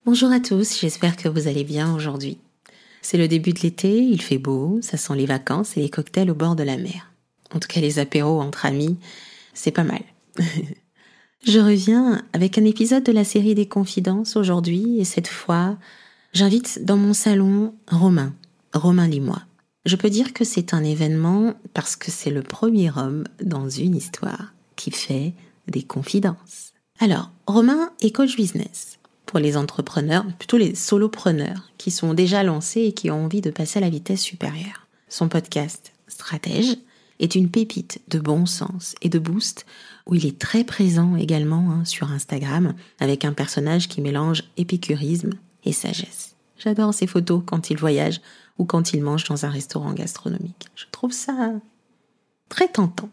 Bonjour à tous, j'espère que vous allez bien aujourd'hui. C'est le début de l'été, il fait beau, ça sent les vacances et les cocktails au bord de la mer. En tout cas, les apéros entre amis, c'est pas mal. Je reviens avec un épisode de la série des Confidences aujourd'hui et cette fois, j'invite dans mon salon Romain Limois. Je peux dire que c'est un événement parce que c'est le premier homme dans une histoire qui fait des confidences. Alors, Romain est coach business pour les entrepreneurs, plutôt les solopreneurs qui sont déjà lancés et qui ont envie de passer à la vitesse supérieure. Son podcast Stratège est une pépite de bon sens et de boost où il est très présent également sur Instagram avec un personnage qui mélange épicurisme et sagesse. J'adore ses photos quand il voyage ou quand il mange dans un restaurant gastronomique. Je trouve ça très tentant.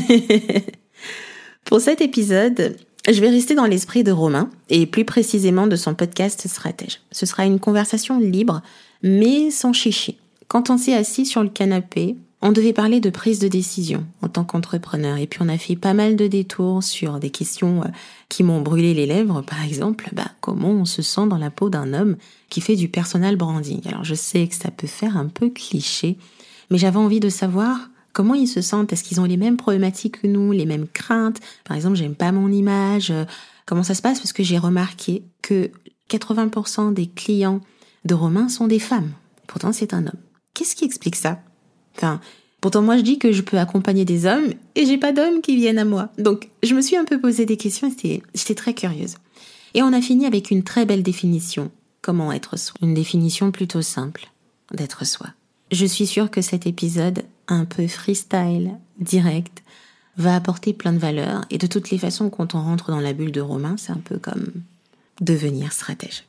Pour cet épisode, je vais rester dans l'esprit de Romain et plus précisément de son podcast Stratège. Ce sera une conversation libre, mais sans chichi. Quand on s'est assis sur le canapé, on devait parler de prise de décision en tant qu'entrepreneur. Et puis on a fait pas mal de détours sur des questions qui m'ont brûlé les lèvres. Par exemple, comment on se sent dans la peau d'un homme qui fait du personal branding. Alors je sais que ça peut faire un peu cliché, mais j'avais envie de savoir comment ils se sentent. Est-ce qu'ils ont les mêmes problématiques que nous, les mêmes craintes? Par exemple, j'aime pas mon image. Comment ça se passe? Parce que j'ai remarqué que 80% des clients de Romain sont des femmes. Pourtant, c'est un homme. Qu'est-ce qui explique ça? Pourtant, moi, je dis que je peux accompagner des hommes et j'ai pas d'hommes qui viennent à moi. Donc, je me suis un peu posé des questions et j'étais très curieuse. Et on a fini avec une très belle définition. Comment être soi? Une définition plutôt simple d'être soi. Je suis sûre que cet épisode, un peu freestyle, direct, va apporter plein de valeurs. Et de toutes les façons, quand on rentre dans la bulle de Romain, c'est un peu comme devenir stratège.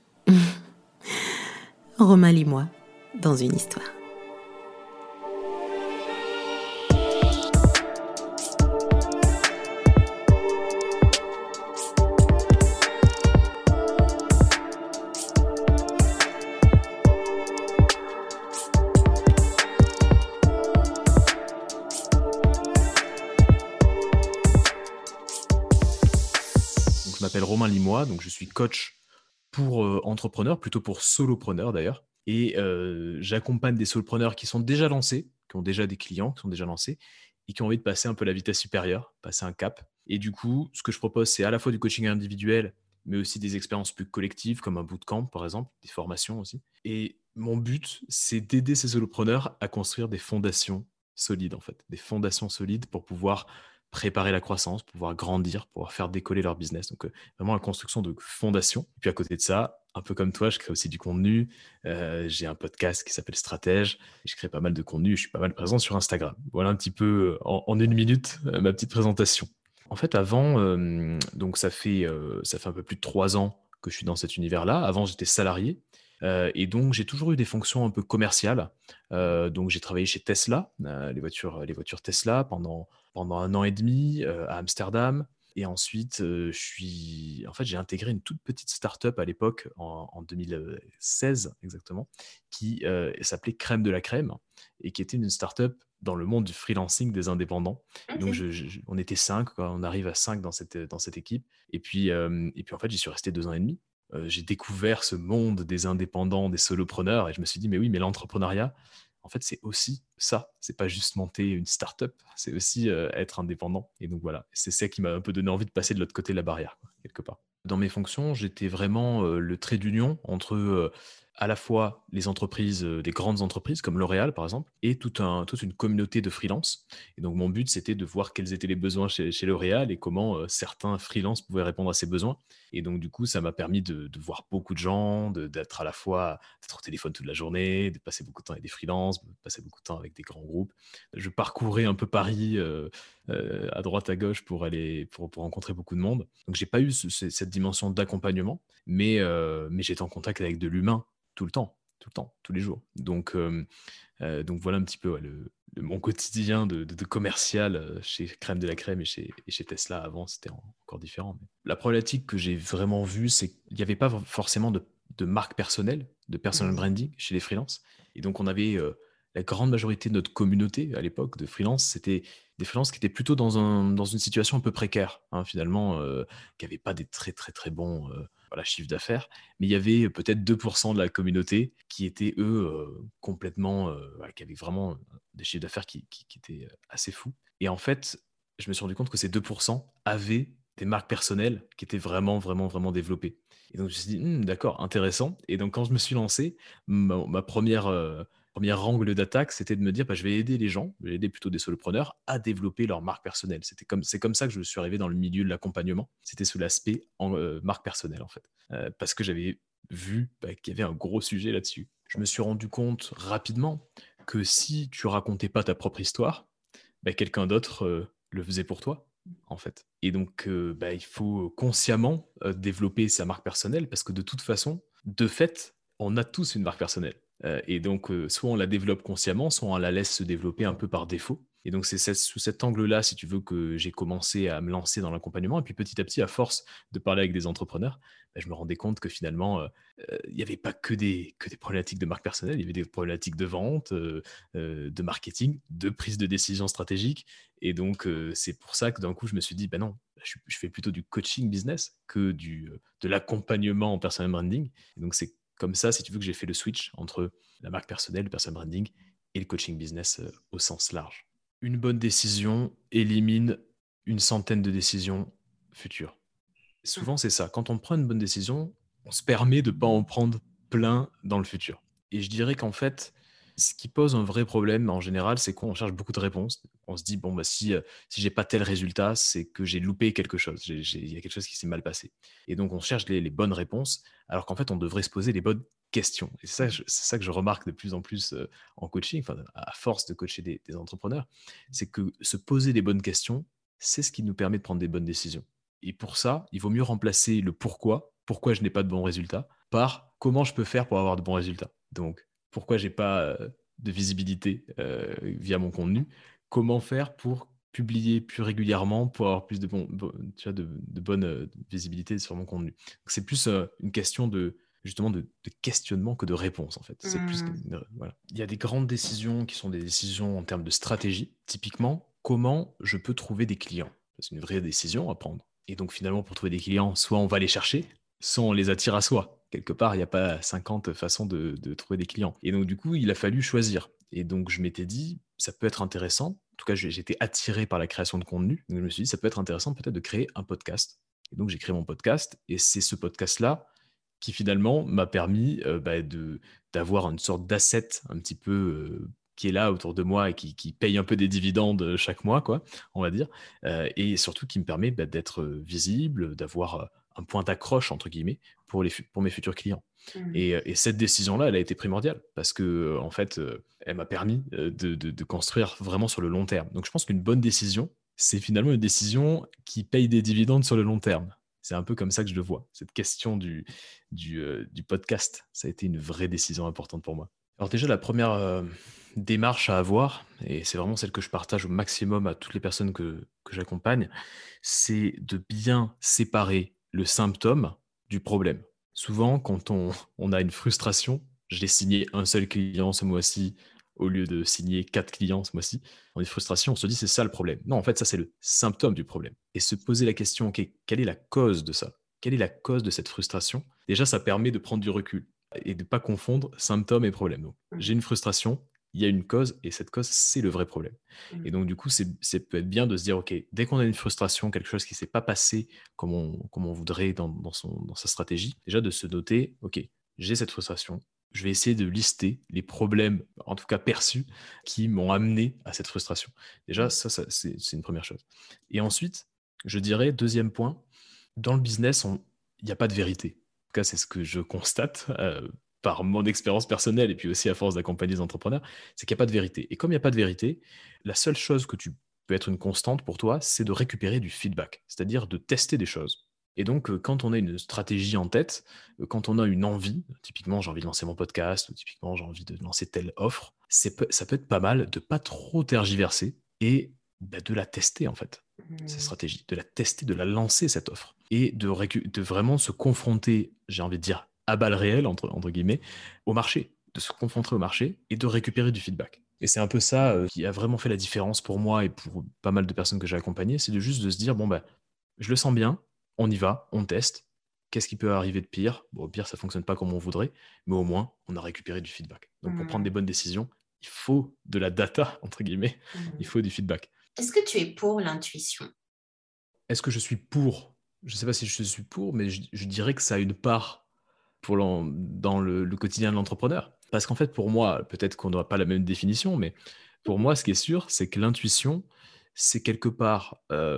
Romain Limois, dans une histoire. Je m'appelle Romain Limois, donc je suis coach pour entrepreneurs, plutôt pour solopreneurs d'ailleurs. Et j'accompagne des solopreneurs qui sont déjà lancés, qui ont déjà des clients, qui sont déjà lancés, et qui ont envie de passer un peu la vitesse supérieure, passer un cap. Et du coup, ce que je propose, c'est à la fois du coaching individuel, mais aussi des expériences plus collectives, comme un bootcamp par exemple, des formations aussi. Et mon but, c'est d'aider ces solopreneurs à construire des fondations solides, en fait, des fondations solides pour pouvoir préparer la croissance, pouvoir grandir, pouvoir faire décoller leur business. Donc, vraiment la construction de fondations. Et puis à côté de ça, un peu comme toi, je crée aussi du contenu. J'ai un podcast qui s'appelle Stratège. Et je crée pas mal de contenu. Je suis pas mal présent sur Instagram. Voilà un petit peu en une minute ma petite présentation. En fait, avant, donc ça fait un peu plus de 3 ans que je suis dans cet univers-là. Avant, j'étais salarié. Et donc, j'ai toujours eu des fonctions un peu commerciales. Donc, j'ai travaillé chez Tesla, les voitures Tesla pendant 1 an et demi à Amsterdam. Et ensuite, j'ai intégré une toute petite start-up à l'époque, en 2016 exactement, qui s'appelait Crème de la Crème et qui était une start-up dans le monde du freelancing des indépendants. Et donc, on était 5, quoi. On arrive à 5 dans cette équipe. Et puis en fait, j'y suis resté 2 ans et demi. J'ai découvert ce monde des indépendants, des solopreneurs, et je me suis dit, mais oui, mais l'entrepreneuriat, en fait, c'est aussi ça. C'est pas juste monter une start-up, c'est aussi être indépendant. Et donc voilà, c'est ça qui m'a un peu donné envie de passer de l'autre côté de la barrière, quoi, quelque part. Dans mes fonctions, j'étais vraiment le trait d'union entre à la fois les entreprises, des grandes entreprises comme L'Oréal par exemple, et toute une communauté de freelance. Et donc mon but, c'était de voir quels étaient les besoins chez L'Oréal et comment certains freelances pouvaient répondre à ces besoins. Et donc du coup, ça m'a permis de voir beaucoup de gens, d'être à la fois d'être au téléphone toute la journée, de passer beaucoup de temps avec des freelances, de passer beaucoup de temps avec des grands groupes. Je parcourais un peu Paris à droite à gauche pour rencontrer beaucoup de monde. Donc j'ai pas eu cette dimension d'accompagnement, mais j'étais en contact avec de l'humain tout le temps, tous les jours. Donc voilà un petit peu mon quotidien de commercial chez Crème de la Crème et chez Tesla. Avant, c'était encore différent. Mais la problématique que j'ai vraiment vue, c'est qu'il n'y avait pas forcément de marque personnelle, de personal branding chez les freelances. Et donc, on avait la grande majorité de notre communauté à l'époque de freelance, c'était des freelances qui étaient plutôt dans une situation un peu précaire, finalement, qui n'avaient pas des très, très, très bons voilà, chiffre d'affaires, mais il y avait peut-être 2% de la communauté qui étaient, eux, complètement, qui avaient vraiment des chiffres d'affaires qui étaient assez fous. Et en fait, je me suis rendu compte que ces 2% avaient des marques personnelles qui étaient vraiment, vraiment, vraiment développées. Et donc, je me suis dit, d'accord, intéressant. Et donc, quand je me suis lancé, ma premier angle d'attaque, c'était de me dire, bah, je vais aider les gens, je vais aider plutôt des solopreneurs à développer leur marque personnelle. C'est comme ça que je suis arrivé dans le milieu de l'accompagnement. C'était sous l'aspect marque personnelle, en fait. Parce que j'avais vu qu'il y avait un gros sujet là-dessus. Je me suis rendu compte rapidement que si tu racontais pas ta propre histoire, quelqu'un d'autre le faisait pour toi, en fait. Et donc, il faut consciemment développer sa marque personnelle parce que de toute façon, de fait, on a tous une marque personnelle. Et donc, soit on la développe consciemment, soit on la laisse se développer un peu par défaut. Et donc, c'est sous cet angle-là, si tu veux, que j'ai commencé à me lancer dans l'accompagnement. Et puis, petit à petit, à force de parler avec des entrepreneurs, je me rendais compte que finalement, il n'y avait pas que des problématiques de marque personnelle, il y avait des problématiques de vente, de marketing, de prise de décision stratégique. Et donc, c'est pour ça que d'un coup, je me suis dit, non, je fais plutôt du coaching business que de l'accompagnement en personal branding. Et donc, c'est comme ça, si tu veux, que j'ai fait le switch entre la marque personnelle, le personal branding et le coaching business au sens large. Une bonne décision élimine une centaine de décisions futures. Souvent, c'est ça. Quand on prend une bonne décision, on se permet de ne pas en prendre plein dans le futur. Et je dirais qu'en fait, ce qui pose un vrai problème en général, c'est qu'on cherche beaucoup de réponses. On se dit, bon, si j'ai pas tel résultat, c'est que j'ai loupé quelque chose. Il y a quelque chose qui s'est mal passé. Et donc, on cherche les bonnes réponses, alors qu'en fait, on devrait se poser les bonnes questions. Et c'est ça que je remarque de plus en plus en coaching, à force de coacher des entrepreneurs, c'est que se poser les bonnes questions, c'est ce qui nous permet de prendre des bonnes décisions. Et pour ça, il vaut mieux remplacer le pourquoi je n'ai pas de bons résultats, par comment je peux faire pour avoir de bons résultats. Donc, pourquoi j'ai pas de visibilité via mon contenu, comment faire pour publier plus régulièrement pour avoir plus de bonne visibilité sur mon contenu. Donc, c'est plus une question justement de questionnement que de réponse, en fait. C'est plus voilà. Il y a des grandes décisions qui sont des décisions en termes de stratégie. Typiquement, comment je peux trouver des clients? C'est une vraie décision à prendre. Et donc finalement, pour trouver des clients, soit on va les chercher, soit on les attire à soi. Quelque part, il n'y a pas 50 façons de trouver des clients. Et donc du coup, il a fallu choisir. Et donc je m'étais dit, ça peut être intéressant. En tout cas, j'étais attiré par la création de contenu. Donc je me suis dit, ça peut être intéressant peut-être de créer un podcast. Et donc j'ai créé mon podcast. Et c'est ce podcast-là qui finalement m'a permis d'avoir une sorte d'asset un petit peu qui est là autour de moi et qui paye un peu des dividendes chaque mois, quoi, on va dire, et surtout qui me permet d'être visible, d'avoir un point d'accroche, entre guillemets, pour mes futurs clients. Et cette décision-là, elle a été primordiale parce que, en fait, elle m'a permis de construire vraiment sur le long terme. Donc, je pense qu'une bonne décision, c'est finalement une décision qui paye des dividendes sur le long terme. C'est un peu comme ça que je le vois. Cette question du podcast, ça a été une vraie décision importante pour moi. Alors déjà, la première démarche à avoir, et c'est vraiment celle que je partage au maximum à toutes les personnes que j'accompagne, c'est de bien séparer le symptôme du problème. Souvent, quand on a une frustration, j'ai signé un seul client ce mois-ci au lieu de signer 4 clients ce mois-ci. On a une frustration, on se dit c'est ça le problème. Non, en fait, ça c'est le symptôme du problème. Et se poser la question, ok, quelle est la cause de ça? Quelle est la cause de cette frustration? Déjà, ça permet de prendre du recul et de ne pas confondre symptômes et problèmes. Donc, j'ai une frustration, il y a une cause, et cette cause, c'est le vrai problème. Et donc, du coup, c'est peut être bien de se dire, OK, dès qu'on a une frustration, quelque chose qui ne s'est pas passé comme on voudrait dans sa stratégie, déjà de se noter, OK, j'ai cette frustration, je vais essayer de lister les problèmes, en tout cas perçus, qui m'ont amené à cette frustration. Déjà, ça c'est une première chose. Et ensuite, je dirais, deuxième point, dans le business, il n'y a pas de vérité. En tout cas, c'est ce que je constate par mon expérience personnelle et puis aussi à force d'accompagner des entrepreneurs, c'est qu'il n'y a pas de vérité. Et comme il n'y a pas de vérité, la seule chose que tu peux être une constante pour toi, c'est de récupérer du feedback, c'est-à-dire de tester des choses. Et donc, quand on a une stratégie en tête, quand on a une envie, typiquement j'ai envie de lancer mon podcast, ou typiquement j'ai envie de lancer telle offre, ça peut être pas mal de pas trop tergiverser et de la tester en fait, cette stratégie, de la tester, de la lancer cette offre et de vraiment se confronter, j'ai envie de dire, à balles réelles, entre guillemets, au marché, de se confronter au marché et de récupérer du feedback. Et c'est un peu ça qui a vraiment fait la différence pour moi et pour pas mal de personnes que j'ai accompagnées, c'est juste de se dire, bon, je le sens bien, on y va, on teste. qu'est-ce qui peut arriver de pire? Bon, au pire, ça fonctionne pas comme on voudrait, mais au moins, on a récupéré du feedback. Donc, pour prendre des Mmh. bonnes décisions, il faut de la data, entre guillemets, il Mmh. faut du feedback. Est-ce que tu es pour l'intuition? Est-ce que je suis pour? Je sais pas si je suis pour, mais je dirais que ça a une part dans le quotidien de l'entrepreneur. Parce qu'en fait, pour moi, peut-être qu'on n'aura pas la même définition, mais pour moi, ce qui est sûr, c'est que l'intuition, c'est quelque part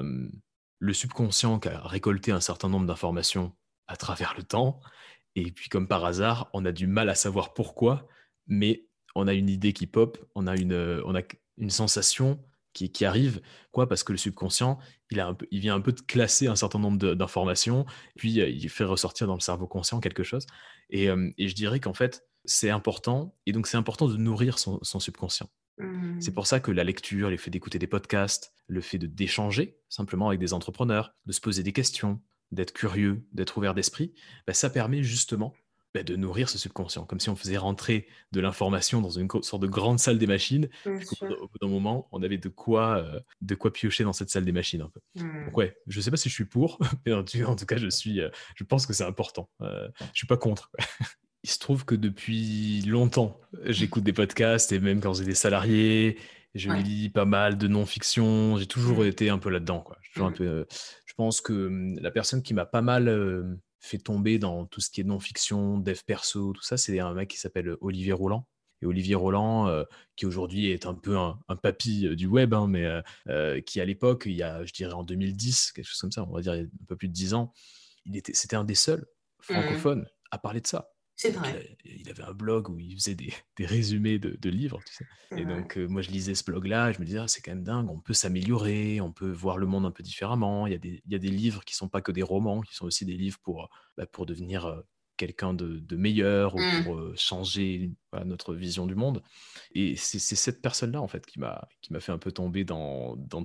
le subconscient qui a récolté un certain nombre d'informations à travers le temps. Et puis, comme par hasard, on a du mal à savoir pourquoi, mais on a une idée qui pop, on a une sensation qui arrive. Quoi? Parce que le subconscient, il vient un peu de classer un certain nombre d'informations, puis il fait ressortir dans le cerveau conscient quelque chose. Et je dirais qu'en fait, c'est important, et donc c'est important de nourrir son subconscient. C'est Mmh. pour ça que la lecture, le fait d'écouter des podcasts, le fait d'échanger simplement avec des entrepreneurs, de se poser des questions, d'être curieux, d'être ouvert d'esprit, bah, ça permet justement de nourrir ce subconscient, comme si on faisait rentrer de l'information dans une sorte de grande salle des machines, Bien puis sûr. au bout d'un moment, on avait de quoi piocher dans cette salle des machines un peu. Donc Mmh. ouais, je sais pas si je suis pour, mais en tout cas, je pense que c'est important. Je suis pas contre. Il se trouve que depuis longtemps, j'écoute des podcasts et même quand j'étais salarié, je Ouais. lis pas mal de non-fiction. J'ai toujours Mmh. été un peu là-dedans, quoi. Toujours un Mmh. peu, je pense que la personne qui m'a pas mal fait tomber dans tout ce qui est non-fiction, dev perso, tout ça, c'est un mec qui s'appelle Olivier Roland. Et Olivier Roland, qui aujourd'hui est un peu un papy du web, hein, mais qui à l'époque, il y a, je dirais en 2010, quelque chose comme ça, on va dire il y a un peu plus de 10 ans, c'était un des seuls Mmh. francophones à parler de ça. C'est Donc, vrai, il avait un blog où il faisait des résumés de livres, tu sais. c'est Et vrai. donc, moi, je lisais ce blog-là, et je me disais, ah, c'est quand même dingue, on peut s'améliorer, on peut voir le monde un peu différemment. Il y a des livres qui sont pas que des romans, qui sont aussi des livres pour devenir quelqu'un de meilleur ou Mmh. pour changer voilà, notre vision du monde. Et c'est cette personne-là, en fait, qui m'a fait un peu tomber dans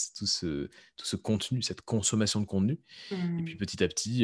tout ce contenu, cette consommation de contenu. Et puis Mmh. petit à petit,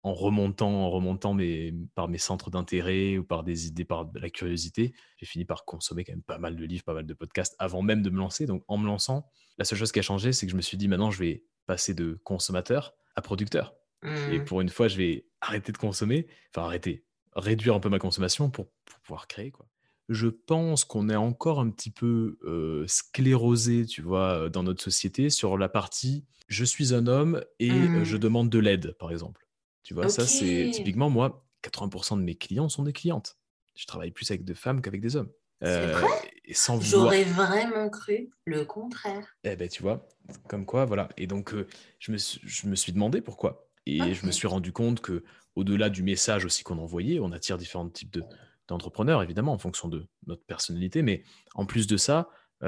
en remontant par mes centres d'intérêt ou par des idées, par de la curiosité, j'ai fini par consommer quand même pas mal de livres, pas mal de podcasts avant même de me lancer. Donc en me lançant, la seule chose qui a changé, c'est que je me suis dit: «Maintenant, je vais passer de consommateur à producteur et Mmh. pour une fois, je vais arrêter de consommer, enfin arrêter, réduire un peu ma consommation pour pouvoir créer, quoi». Je pense qu'on est encore un petit peu, sclérosé, tu vois, dans notre société sur la partie: «Je suis un homme et je Mmh. demande de l'aide», par exemple. Tu vois? Ça, c'est OK, typiquement moi, 80 de mes clients sont des clientes. Je travaille plus avec des femmes qu'avec des hommes, c'est vrai? et sans J'aurais vouloir vraiment cru le contraire. eh ben tu vois? Comme quoi, voilà. Et donc je me suis demandé pourquoi, et je me OK. suis rendu compte que au delà du message aussi qu'on envoyait, on attire différents types d'entrepreneurs évidemment en fonction de notre personnalité, mais en plus de ça,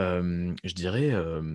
je dirais,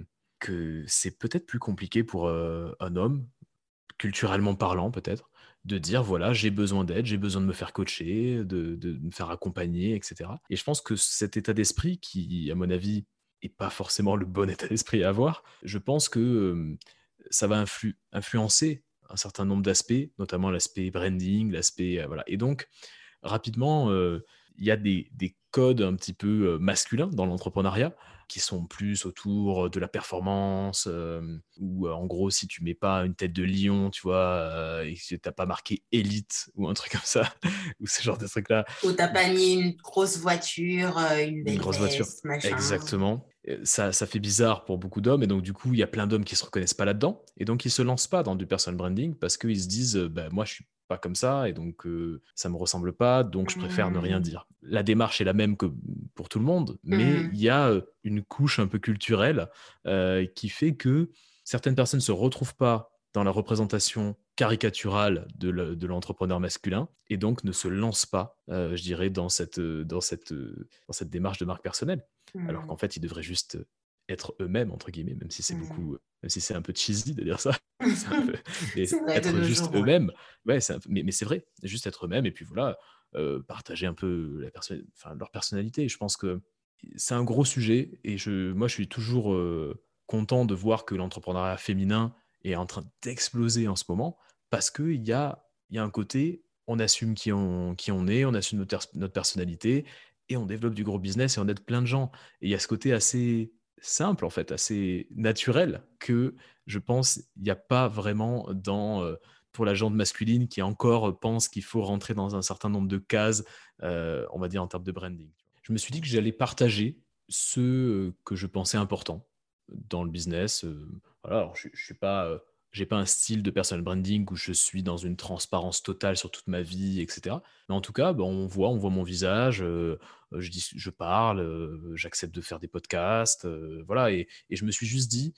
que c'est peut-être plus compliqué pour, un homme, culturellement parlant peut-être, de dire: «Voilà, j'ai besoin d'aide, j'ai besoin de me faire coacher, de me faire accompagner» et cetera. Et je pense que cet état d'esprit qui, à mon avis, est pas forcément le bon état d'esprit à avoir, je pense que, ça va influencer un certain nombre d'aspects, notamment l'aspect branding, l'aspect, voilà. Et donc rapidement, il y a des codes un petit peu, masculins dans l'entrepreneuriat qui sont plus autour de la performance, où, en gros, si tu mets pas une tête de lion, tu vois, et que tu pas marqué élite ou un truc comme ça, ou ce genre de truc-là, Ou tu ou pas mis une grosse voiture, une une belle grosse voiture. veste, machin. Exactement. Ça fait bizarre pour beaucoup d'hommes, et donc du coup, il y a plein d'hommes qui se reconnaissent pas là-dedans et donc ils se lancent pas dans du personal branding parce qu'ils se disent, «Bah, moi, je suis pas comme ça et donc ça me ressemble pas, donc je préfère ne rien Mmh. dire». La démarche est la même que pour tout le monde, mais il Mmh. y a, une couche un peu culturelle, qui fait que certaines personnes se retrouvent pas dans la représentation caricaturale de l'entrepreneur masculin et donc ne se lancent pas, je dirais dans cette démarche de marque personnelle. Alors qu'en Mmh. fait, ils devraient juste être eux-mêmes, entre guillemets, Mmh. même si c'est un peu cheesy de dire ça, c'est un peu, mais C'est vrai, de être nos juste jours, ouais. eux-mêmes, ouais, mais c'est vrai, juste être eux-mêmes et puis voilà, partager un peu enfin, leur personnalité. Je pense que c'est un gros sujet et moi, je suis toujours content de voir que l'entrepreneuriat féminin est en train d'exploser en ce moment parce il y a un côté, on assume qui on est, on assume notre personnalité et on développe du gros business et on aide plein de gens. Et il y a ce côté assez simple, en fait, assez naturel que je pense il n'y a pas vraiment pour la gente masculine qui encore pense qu'il faut rentrer dans un certain nombre de cases, on va dire en termes de branding. Je me suis dit que j'allais partager ce que je pensais important dans le business. Voilà, alors je suis pas, j'ai pas un style de personal branding où je suis dans une transparence totale sur toute ma vie, etc. Mais en tout cas, on voit mon visage, je parle, j'accepte de faire des podcasts, voilà. Et je me suis juste dit,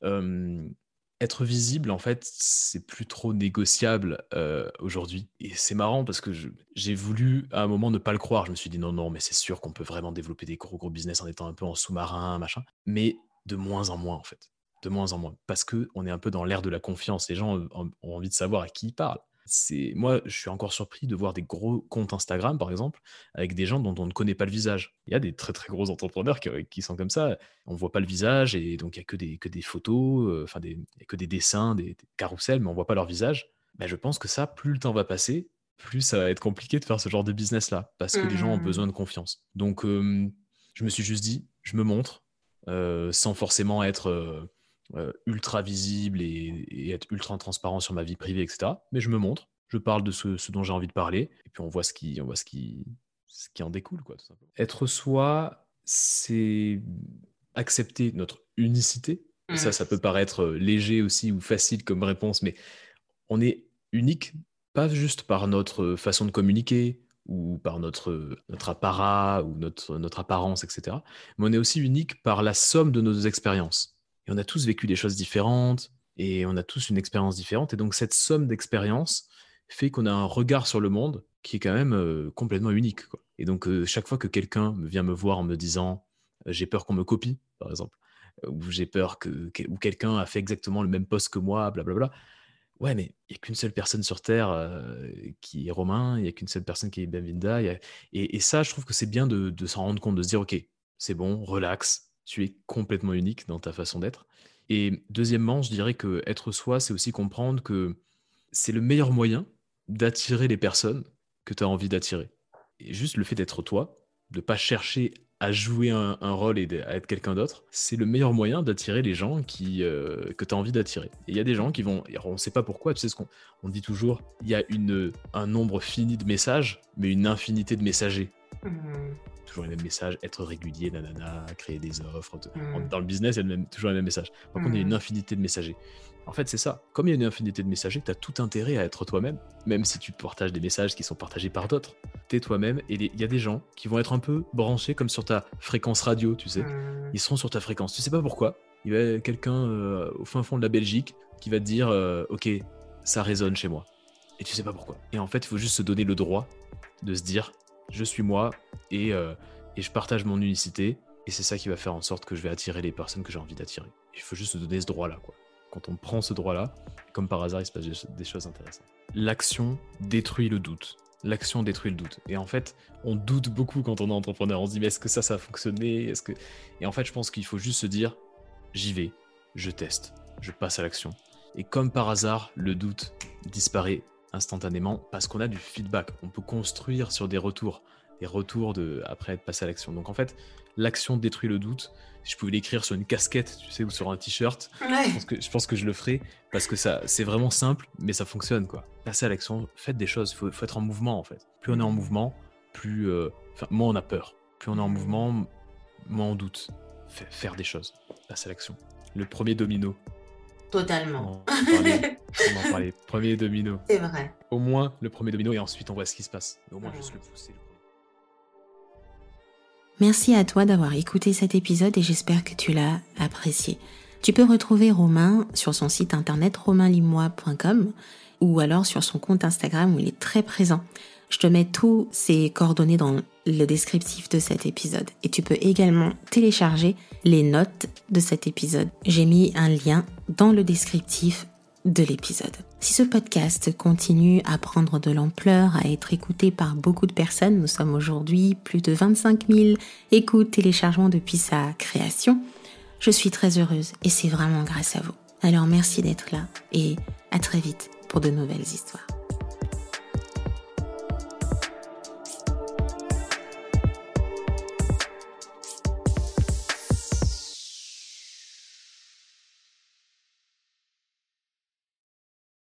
être visible, en fait, c'est plus trop négociable aujourd'hui. Et c'est marrant parce que j'ai voulu à un moment ne pas le croire. Je me suis dit non, mais c'est sûr qu'on peut vraiment développer des gros business en étant un peu en sous-marin, machin. Mais de moins en moins, en fait. De moins en moins. Parce qu'on est un peu dans l'ère de la confiance. Les gens ont envie de savoir à qui ils parlent. Moi, je suis encore surpris de voir des gros comptes Instagram, par exemple, avec des gens dont on ne connaît pas le visage. Il y a des très très gros entrepreneurs qui sont comme ça. On ne voit pas le visage et donc il n'y a que des photos, il n'y a que des dessins, des carousels, mais on ne voit pas leur visage. Je pense que ça, plus le temps va passer, plus ça va être compliqué de faire ce genre de business-là, parce que les gens ont besoin de confiance. Donc, je me suis juste dit, je me montre, sans forcément être ultra visible et être ultra transparent sur ma vie privée, etc. Mais je me montre, je parle de ce dont j'ai envie de parler, et puis on voit ce qui en découle, quoi, tout simplement. Être soi, c'est accepter notre unicité. Et ça peut paraître léger aussi ou facile comme réponse, mais on est unique, pas juste par notre façon de communiquer ou par notre apparat ou notre apparence, etc. Mais on est aussi unique par la somme de nos expériences. Et on a tous vécu des choses différentes et on a tous une expérience différente. Et donc, cette somme d'expériences fait qu'on a un regard sur le monde qui est quand même complètement unique, quoi. Et donc, chaque fois que quelqu'un vient me voir en me disant j'ai peur qu'on me copie, par exemple, ou j'ai peur ou quelqu'un a fait exactement le même poste que moi, blablabla. Ouais, mais il n'y a qu'une seule personne sur Terre qui est Romain, il n'y a qu'une seule personne qui est Benvinda. Et ça, je trouve que c'est bien de s'en rendre compte, de se dire, OK, c'est bon, relax, tu es complètement unique dans ta façon d'être. Et deuxièmement, je dirais que être soi, c'est aussi comprendre que c'est le meilleur moyen d'attirer les personnes que tu as envie d'attirer. Et juste le fait d'être toi, de ne pas chercher à jouer un rôle et à être quelqu'un d'autre, c'est le meilleur moyen d'attirer les gens que tu as envie d'attirer. Et il y a des gens qui vont... Alors on ne sait pas pourquoi, tu sais ce qu'on dit toujours, il y a un nombre fini de messages, mais une infinité de messagers. Toujours les mêmes messages, être régulier, nanana, créer des offres. Dans le business, il y a toujours les mêmes messages. Par contre, il y a une infinité de messagers. En fait, c'est ça. Comme il y a une infinité de messagers, tu as tout intérêt à être toi-même, même si tu partages des messages qui sont partagés par d'autres. T'es toi-même, et il y a des gens qui vont être un peu branchés comme sur ta fréquence radio, tu sais. Ils seront sur ta fréquence. Tu sais pas pourquoi. Il y a quelqu'un au fin fond de la Belgique qui va te dire ok, ça résonne chez moi. Et tu sais pas pourquoi. Et en fait, il faut juste se donner le droit de se dire je suis moi et je partage mon unicité, et c'est ça qui va faire en sorte que je vais attirer les personnes que j'ai envie d'attirer. Il faut juste se donner ce droit-là, quoi. Quand on prend ce droit-là, comme par hasard, il se passe des choses intéressantes. L'action détruit le doute. L'action détruit le doute. Et en fait, on doute beaucoup quand on est entrepreneur. On se dit, mais est-ce que ça a fonctionné ? Et en fait, je pense qu'il faut juste se dire, j'y vais, je teste, je passe à l'action. Et comme par hasard, le doute disparaît instantanément parce qu'on a du feedback. On peut construire sur des retours après être passé à l'action. Donc en fait, l'action détruit le doute. Si je pouvais l'écrire sur une casquette, tu sais, ou sur un t-shirt, ouais. je pense que je le ferais parce que ça, c'est vraiment simple, mais ça fonctionne, quoi. Passez à l'action, faites des choses, faut être en mouvement, en fait. Plus on est en mouvement, moins on a peur. Plus on est en mouvement, moins on doute. Faire des choses, passer à l'action. Le premier domino. Totalement. On en parlait. Premier domino. C'est vrai. Au moins le premier domino, et ensuite on voit ce qui se passe. Au moins juste le pousser. Merci à toi d'avoir écouté cet épisode et j'espère que tu l'as apprécié. Tu peux retrouver Romain sur son site internet romainlimois.com ou alors sur son compte Instagram où il est très présent. Je te mets tous ses coordonnées dans le descriptif de cet épisode. Et tu peux également télécharger les notes de cet épisode. J'ai mis un lien dans le descriptif de l'épisode. Si ce podcast continue à prendre de l'ampleur, à être écouté par beaucoup de personnes, nous sommes aujourd'hui plus de 25 000 écoutes, téléchargements depuis sa création, je suis très heureuse et c'est vraiment grâce à vous. Alors merci d'être là et à très vite pour de nouvelles histoires.